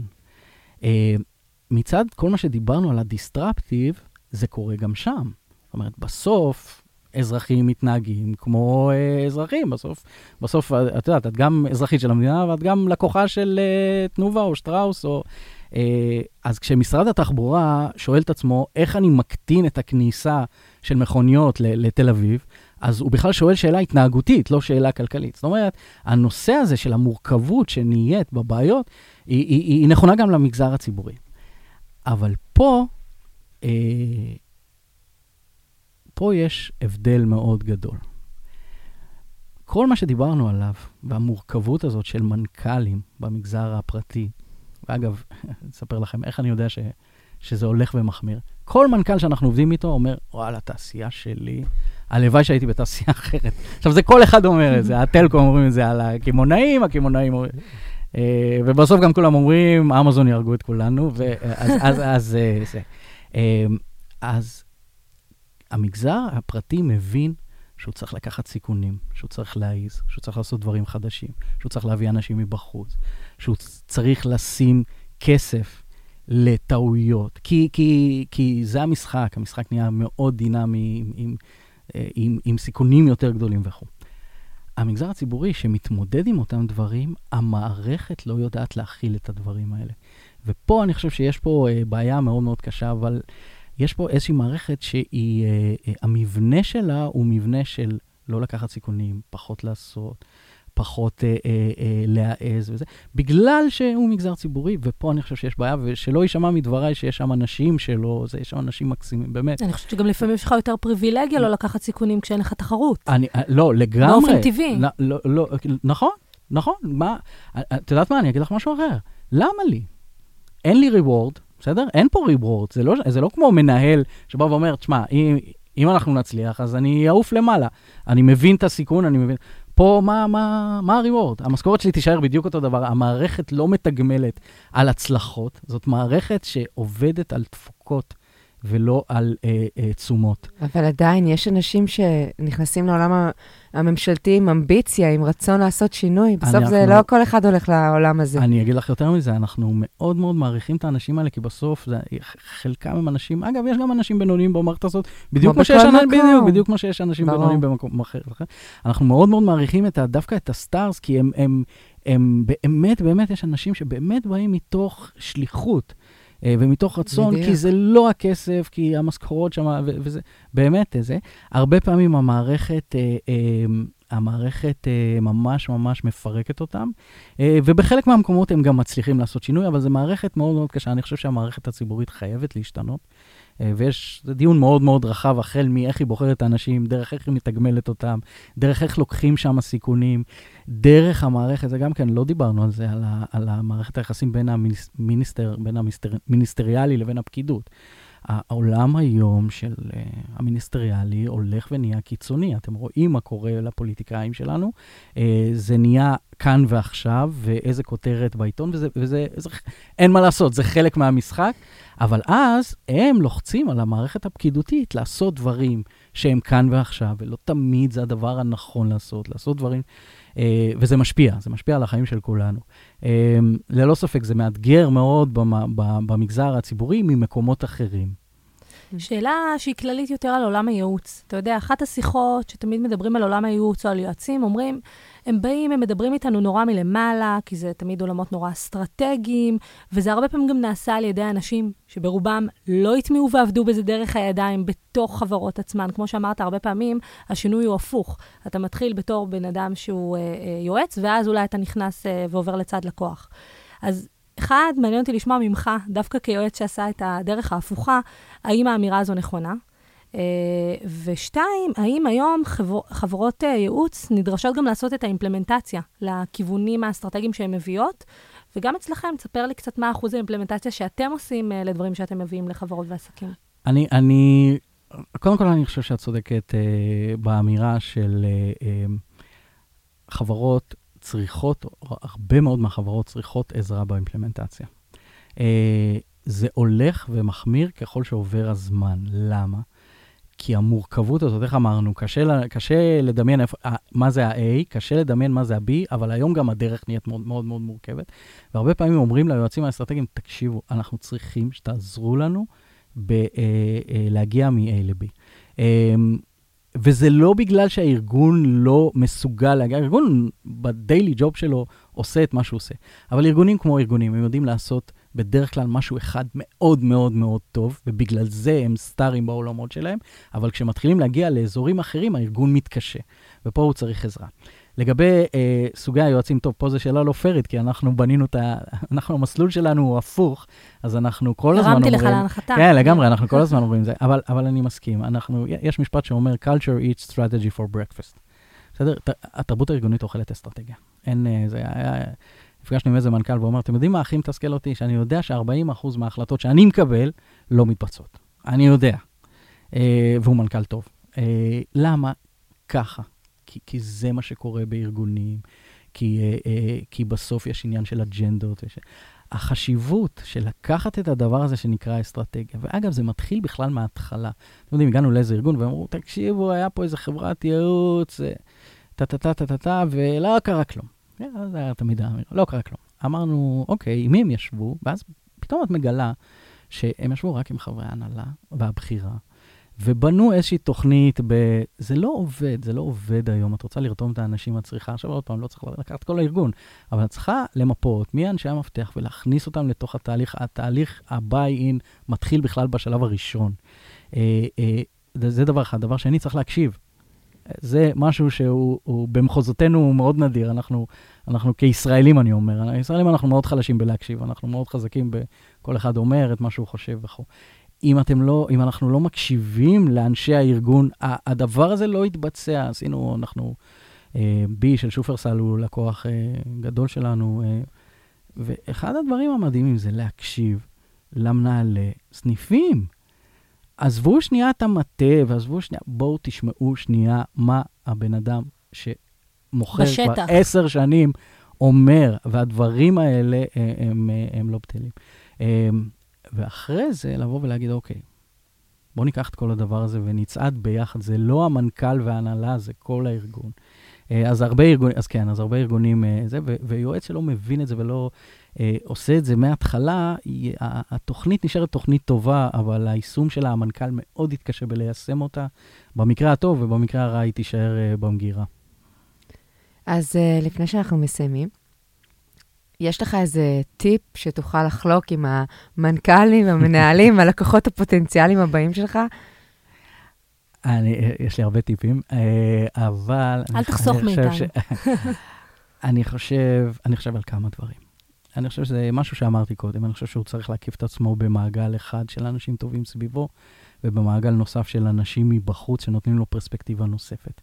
מצד כל מה שדיברנו על הדיסטרפטיב, זה קורה גם שם. זאת אומרת, בסוף, אזרחים מתנהגים כמו אה, אזרחים, בסוף, בסוף, את יודעת, את גם אזרחית של המדינה, ואת גם לקוחה של אה, תנובה או שטראוס, או... אה, אז כשמשרד התחבורה שואל את עצמו, איך אני מקטין את הכניסה של מכוניות ל- לתל אביב, אז הוא בכלל שואל שאלה התנהגותית, לא שאלה כלכלית. זאת אומרת, הנושא הזה של המורכבות שנהיית בבעיות, היא, היא, היא נכונה גם למגזר הציבורי. אבל פה, אה, פה יש הבדל מאוד גדול. כל מה שדיברנו עליו, והמורכבות הזאת של מנכ"לים במגזר הפרטי, ואגב, אספר לכם איך אני יודע ש, שזה הולך ומחמיר, כל מנכ"ל שאנחנו עובדים איתו אומר, וואלה, התעשייה שלי, הלוואי שהייתי בתעשייה אחרת. עכשיו, זה כל אחד אומר את זה, הטלקום אומרים את זה על הכימונאים, הכימונאים אומרים, ובסוף גם כולם אומרים, אמזון יהרגו את כולנו, ואז, אז, אז, זה. אז, המגזר הפרטי מבין שהוא צריך לקחת סיכונים, שהוא צריך להעיז, שהוא צריך לעשות דברים חדשים, שהוא צריך להביא אנשים מבחוץ, שהוא צריך לשים כסף לטעויות, כי, כי, כי זה המשחק, המשחק נהיה מאוד דינמי, עם, עם, עם, עם סיכונים יותר גדולים וכו'. המגזר הציבורי שמתמודד עם אותם דברים, המערכת לא יודעת להכיל את הדברים האלה. ופה אני חושב שיש פה בעיה מאוד מאוד קשה, אבל יש פה איזושהי מערכת שהיא, המבנה שלה הוא מבנה של לא לקחת סיכונים, פחות לעשות, פחות אה, אה, להעז וזה, בגלל שהוא מגזר ציבורי, ופה אני חושב שיש בעיה, ושלא יישמע מדבריי שיש שם אנשים שלא, זה יש שם אנשים מקסימים, באמת. אני חושבת שגם לפעמים יש לך יותר פריבילגיה לא לקחת סיכונים כשאין לך תחרות. אני, לא, לגמרי. באופן טבעי. לא, לא, לא, נכון, נכון. מה, את יודעת מה, אני אגיד לך משהו אחר. למה לי? אין לי ריוורד, בסדר? אין פה ריוורד, זה לא, זה לא כמו מנהל שבא ואומר, תשמע, אם, אם אנחנו נצליח, אז אני אעוף למעלה. אני מבין את הסיכון, אני מבין... פה מה, מה, מה הריוורד? המשכורת שלי תישאר בדיוק אותו דבר. המערכת לא מתגמלת על הצלחות. זאת מערכת שעובדת על תפוקות ולא על אה, אה, תשומות. אבל עדיין יש אנשים שנכנסים לעולם הממשלתי עם אמביציה, עם רצון לעשות שינוי. בסוף זה לא כל אחד הולך לעולם הזה. אני אגיד לך יותר מזה, אנחנו מאוד מאוד מעריכים את האנשים האלה, כי בסוף זה, חלקם הם אנשים, אגב, יש גם אנשים בינוניים במערכת הזאת, בדיוק כמו שיש אנשים, בדיוק, בדיוק כמו שיש אנשים בינוניים במקום אחר. אנחנו מאוד מאוד מעריכים את, דווקא את הסטארס, כי הם, הם, הם באמת, באמת יש אנשים שבאמת באים מתוך שליחות, ומתוך רצון, כי זה לא הכסף, כי המשכורות שם, וזה באמת זה. הרבה פעמים המערכת, המערכת ממש ממש מפרקת אותם, ובחלק מהמקומות הם גם מצליחים לעשות שינוי, אבל זו מערכת מאוד מאוד קשה. אני חושב שהמערכת הציבורית חייבת להשתנות, ויש דיון מאוד מאוד רחב, החל מאיך היא בוחרת את האנשים, דרך איך היא מתגמלת אותם, דרך איך לוקחים שם הסיכונים, דרך המערכת, זה גם כן, לא דיברנו על זה, על, ה, על המערכת היחסים בין המיניסטר, בין המיניסטריאלי לבין הפקידות. העולם היום של uh, המיניסטריאלי הולך ונהיה קיצוני. אתם רואים מה קורה לפוליטיקאים שלנו. Uh, זה נהיה כאן ועכשיו, ואיזה כותרת בעיתון, וזה, וזה, וזה, אין מה לעשות, זה חלק מהמשחק. אבל אז הם לוחצים על המערכת הפקידותית לעשות דברים שהם כאן ועכשיו, ולא תמיד זה הדבר הנכון לעשות, לעשות דברים, uh, וזה משפיע, זה משפיע על החיים של כולנו. Uh, ללא ספק, זה מאתגר מאוד במ, במגזר הציבורי ממקומות אחרים. שאלה שהיא כללית יותר על עולם הייעוץ. אתה יודע, אחת השיחות שתמיד מדברים על עולם הייעוץ או על יועצים, אומרים, הם באים, הם מדברים איתנו נורא מלמעלה, כי זה תמיד עולמות נורא אסטרטגיים, וזה הרבה פעמים גם נעשה על ידי אנשים שברובם לא התמיעו ועבדו בזה דרך הידיים בתוך חברות עצמן. כמו שאמרת, הרבה פעמים השינוי הוא הפוך. אתה מתחיל בתור בן אדם שהוא אה, אה, יועץ, ואז אולי אתה נכנס אה, ועובר לצד לקוח. אז אחד, מעניין אותי לשמוע ממך, דווקא כיועץ שעשה את הדרך ההפוכה, האם האמירה הזו נכונה? ושתיים, האם היום חבר, חברות ייעוץ נדרשות גם לעשות את האימפלמנטציה לכיוונים האסטרטגיים שהן מביאות, וגם אצלכם, תספר לי קצת מה אחוז האימפלמנטציה שאתם עושים לדברים שאתם מביאים לחברות ועסקים. אני, אני, קודם כל אני חושב שאת צודקת אה, באמירה של אה, אה, חברות צריכות, הרבה מאוד מהחברות צריכות עזרה באימפלמנטציה. אה, זה הולך ומחמיר ככל שעובר הזמן. למה? כי המורכבות הזאת, איך אמרנו, קשה, קשה לדמיין איפה, מה זה ה-A, קשה לדמיין מה זה ה-B, אבל היום גם הדרך נהיית מאוד מאוד מאוד מורכבת. והרבה פעמים אומרים ליועצים האסטרטגיים, תקשיבו, אנחנו צריכים שתעזרו לנו ב, אה, אה, להגיע מ-A ל-B. אה, וזה לא בגלל שהארגון לא מסוגל להגיע, הארגון בדיילי ג'וב שלו עושה את מה שהוא עושה. אבל ארגונים כמו ארגונים, הם יודעים לעשות בדרך כלל משהו אחד מאוד מאוד מאוד טוב, ובגלל זה הם סטארים בעולמות שלהם, אבל כשמתחילים להגיע לאזורים אחרים, הארגון מתקשה, ופה הוא צריך עזרה. לגבי אה, סוגי היועצים, טוב, פה זו שאלה לא פיירית, כי אנחנו בנינו את ה... אנחנו, המסלול שלנו הוא הפוך, אז אנחנו כל הזמן אומרים... הרמתי לך להנחתה. כן, לגמרי, אנחנו כל הזמן אומרים זה, אבל, אבל אני מסכים. אנחנו, יש משפט שאומר, culture eats strategy for breakfast. בסדר? התרבות הארגונית אוכלת אסטרטגיה. אין, זה היה... נפגשנו עם איזה מנכ"ל ואומר, אתם יודעים מה הכי מתסכל אותי? שאני יודע ש-ארבעים אחוז מההחלטות שאני מקבל לא מתבצעות. אני יודע. אה, והוא מנכ"ל טוב. אה, למה? ככה. כי, כי זה מה שקורה בארגונים. כי, אה, אה, כי בסוף יש עניין של אג'נדות. יש... החשיבות של לקחת את הדבר הזה שנקרא אסטרטגיה, ואגב, זה מתחיל בכלל מההתחלה. אתם יודעים, הגענו לאיזה ארגון ואמרו, תקשיבו, היה פה איזה חברת ייעוץ, טה-טה-טה-טה-טה, ולא קרה כלום. זה היה תמיד האמירה, לא קרה כלום. אמרנו, אוקיי, עם מי הם ישבו? ואז פתאום את מגלה שהם ישבו רק עם חברי ההנהלה והבחירה, ובנו איזושהי תוכנית ב... זה לא עובד, זה לא עובד היום. את רוצה לרתום את האנשים הצריכה, עכשיו עוד פעם, לא צריך לקחת כל הארגון, אבל את צריכה למפות מי אנשי המפתח ולהכניס אותם לתוך התהליך. התהליך, ה-buy-in, מתחיל בכלל בשלב הראשון. אה, אה, זה דבר אחד. דבר שני, צריך להקשיב. זה משהו שהוא במחוזותינו מאוד נדיר. אנחנו, אנחנו כישראלים, אני אומר, הישראלים אנחנו מאוד חלשים בלהקשיב, אנחנו מאוד חזקים בכל אחד אומר את מה שהוא חושב וכו'. אם אתם לא, אם אנחנו לא מקשיבים לאנשי הארגון, הדבר הזה לא יתבצע. עשינו, אנחנו, בי של שופרסל הוא לקוח גדול שלנו, ואחד הדברים המדהימים זה להקשיב למנהלי סניפים. עזבו שנייה את המטה, ועזבו שנייה, בואו תשמעו שנייה מה הבן אדם שמוכר כבר עשר שנים אומר, והדברים האלה הם, הם, הם לא בטלים. ואחרי זה לבוא ולהגיד, אוקיי, בואו ניקח את כל הדבר הזה ונצעד ביחד. זה לא המנכ"ל וההנהלה, זה כל הארגון. אז הרבה ארגונים, אז כן, אז הרבה ארגונים, זה, ויועץ שלא מבין את זה ולא אה, עושה את זה מההתחלה, היא, התוכנית נשארת תוכנית טובה, אבל היישום שלה, המנכ"ל מאוד יתקשה בליישם אותה, במקרה הטוב ובמקרה הרע היא תישאר אה, במגירה. אז אה, לפני שאנחנו מסיימים, יש לך איזה טיפ שתוכל לחלוק עם המנכ"לים, המנהלים, הלקוחות הפוטנציאליים הבאים שלך? אני, יש לי הרבה טיפים, אבל... אל תחסוך מאיתנו. אני חושב, אני חושב על כמה דברים. אני חושב שזה משהו שאמרתי קודם, אני חושב שהוא צריך להקיף את עצמו במעגל אחד של אנשים טובים סביבו, ובמעגל נוסף של אנשים מבחוץ שנותנים לו פרספקטיבה נוספת.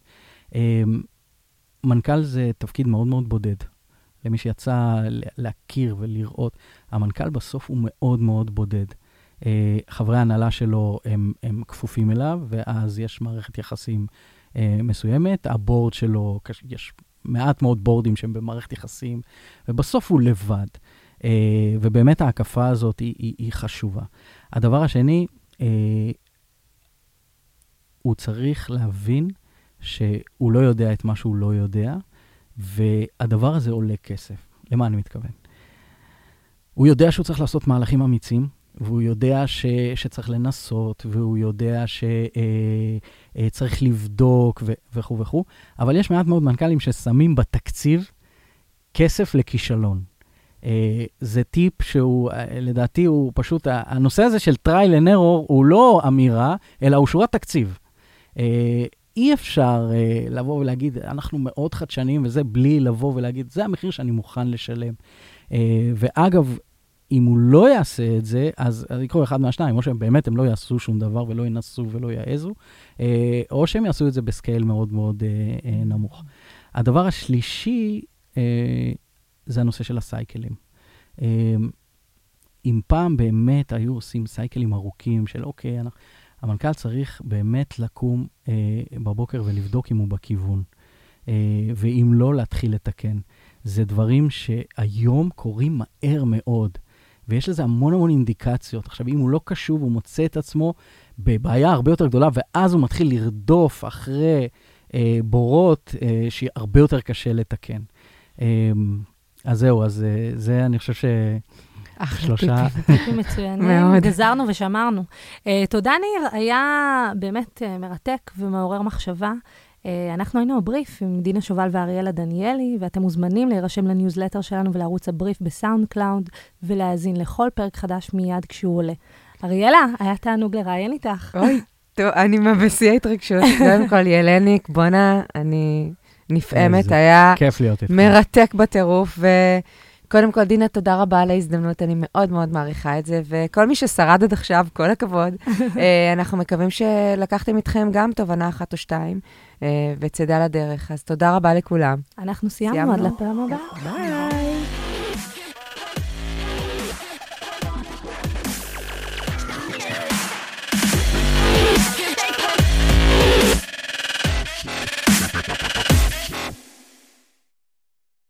מנכ"ל זה תפקיד מאוד מאוד בודד. למי שיצא להכיר ולראות, המנכ"ל בסוף הוא מאוד מאוד בודד. חברי ההנהלה שלו הם, הם כפופים אליו, ואז יש מערכת יחסים מסוימת. הבורד שלו, יש מעט מאוד בורדים שהם במערכת יחסים, ובסוף הוא לבד. ובאמת ההקפה הזאת היא, היא, היא חשובה. הדבר השני, הוא צריך להבין שהוא לא יודע את מה שהוא לא יודע, והדבר הזה עולה כסף. למה אני מתכוון? הוא יודע שהוא צריך לעשות מהלכים אמיצים, והוא יודע ש, שצריך לנסות, והוא יודע שצריך לבדוק ו, וכו' וכו', אבל יש מעט מאוד מנכ"לים ששמים בתקציב כסף לכישלון. זה טיפ שהוא, לדעתי, הוא פשוט, הנושא הזה של טרייל אנד ארור הוא לא אמירה, אלא הוא שורת תקציב. אי אפשר לבוא ולהגיד, אנחנו מאוד חדשנים, וזה בלי לבוא ולהגיד, זה המחיר שאני מוכן לשלם. ואגב, אם הוא לא יעשה את זה, אז יקרו אחד מהשניים, או שהם באמת הם לא יעשו שום דבר ולא ינסו ולא יעזו, או שהם יעשו את זה בסקייל מאוד מאוד נמוך. הדבר השלישי, זה הנושא של הסייקלים. אם פעם באמת היו עושים סייקלים ארוכים של אוקיי, המנכ"ל צריך באמת לקום בבוקר ולבדוק אם הוא בכיוון, ואם לא להתחיל לתקן. זה דברים שהיום קורים מהר מאוד, ויש לזה המון המון אינדיקציות. עכשיו, אם הוא לא קשוב, הוא מוצא את עצמו בבעיה הרבה יותר גדולה, ואז הוא מתחיל לרדוף אחרי אה, בורות אה, שהרבה יותר קשה לתקן. אה, אז זהו, אז אה, זה אני חושב ש... שלושה... טיפים מצוינים, גזרנו ושמרנו. Uh, תודה ניר, היה באמת uh, מרתק ומעורר מחשבה. Uh, אנחנו היינו הבריף עם דינה שובל ואריאלה דניאלי, ואתם מוזמנים להירשם לניוזלטר שלנו ולערוץ הבריף בסאונד קלאוד, ולהאזין לכל פרק חדש מיד כשהוא עולה. אריאלה, היה תענוג לראיין איתך. אוי, טוב, אני מבשיא התרגשות. קודם כל, ילניק, בונה, אני נפעמת, היה מרתק בטירוף, ו... קודם כל, דינה, תודה רבה על ההזדמנות, אני מאוד מאוד מעריכה את זה, וכל מי ששרד עד עכשיו, כל הכבוד, אנחנו מקווים שלקחתם איתכם גם תובנה אחת או שתיים, וצדה לדרך, אז תודה רבה לכולם. אנחנו סיימנו, עד לפעם הבאה. ביי.